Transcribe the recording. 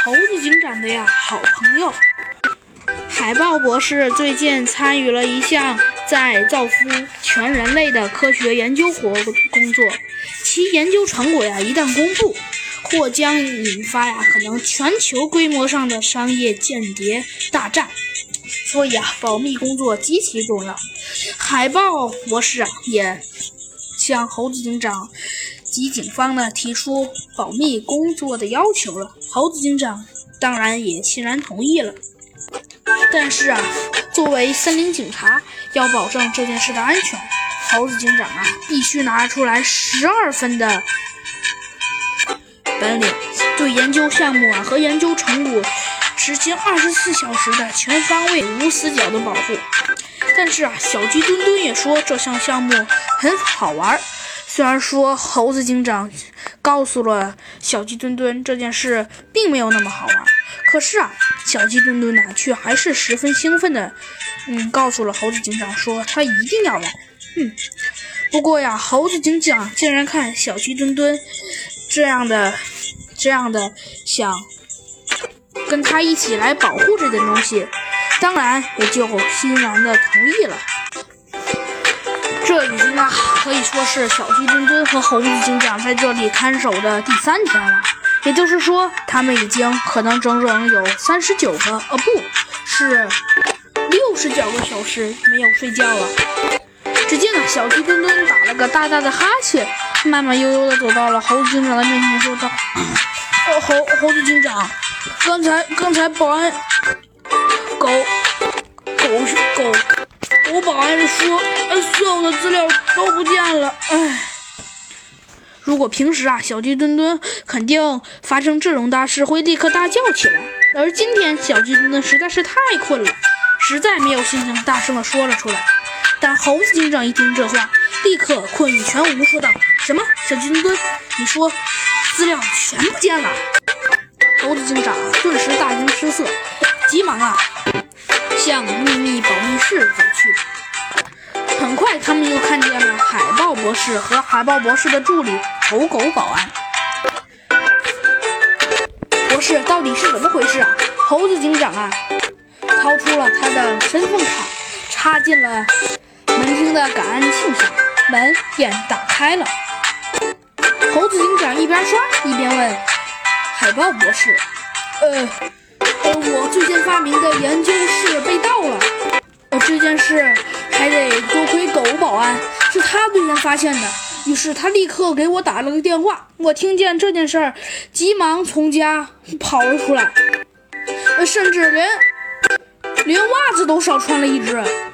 猴子警长的好朋友。海豹博士最近参与了一项在造福全人类的科学研究工作，其研究成果一旦公布，或将引发可能全球规模上的商业间谍大战。所以保密工作极其重要。海豹博士也向猴子警长及警方提出保密工作的要求了。猴子警长当然也欣然同意了。但是作为森林警察，要保证这件事的安全，猴子警长必须拿出来12分的本领，对研究项目和研究成果实行24小时的全方位无死角的保护。但是小鸡墩墩也说这项项目很好玩。虽然说猴子警长告诉了小鸡墩墩这件事并没有那么好玩，可是小鸡墩墩却还是十分兴奋的告诉了猴子警长说他一定要来。不过猴子警长竟然看小鸡墩墩这样的想跟他一起来保护这件东西，当然也就欣然的同意了。这已经可以说是小鸡墩墩和猴子警长在这里看守的第3天了，也就是说他们已经可能整整有39个不是69个小时没有睡觉了。只见小鸡墩墩打了个大大的哈欠，慢慢悠悠地走到了猴子警长的面前，说道：猴子警长，刚才保安保安说所有的资料都不见了。如果平时小鸡墩墩肯定发生这种大事会立刻大叫起来，而今天小鸡墩墩实在是太困了，实在没有心情大声地说了出来。但猴子警长一听这话，立刻困意全无，说道：什么？小鸡墩墩，你说资料全不见了？猴子警长顿时大惊失色，急忙向秘密保密室走去。很快他们又看见了海豹博士和海豹博士的助理狗保安。博士，到底是怎么回事猴子警长掏出了他的身份卡，插进了门厅的感应器上，门便打开了。猴子警长一边刷一边问海豹博士：我最近发明的研究室被盗了，这件事还得多亏狗保安，是他最先发现的。于是他立刻给我打了个电话，我听见这件事急忙从家跑了出来，甚至连袜子都少穿了一只。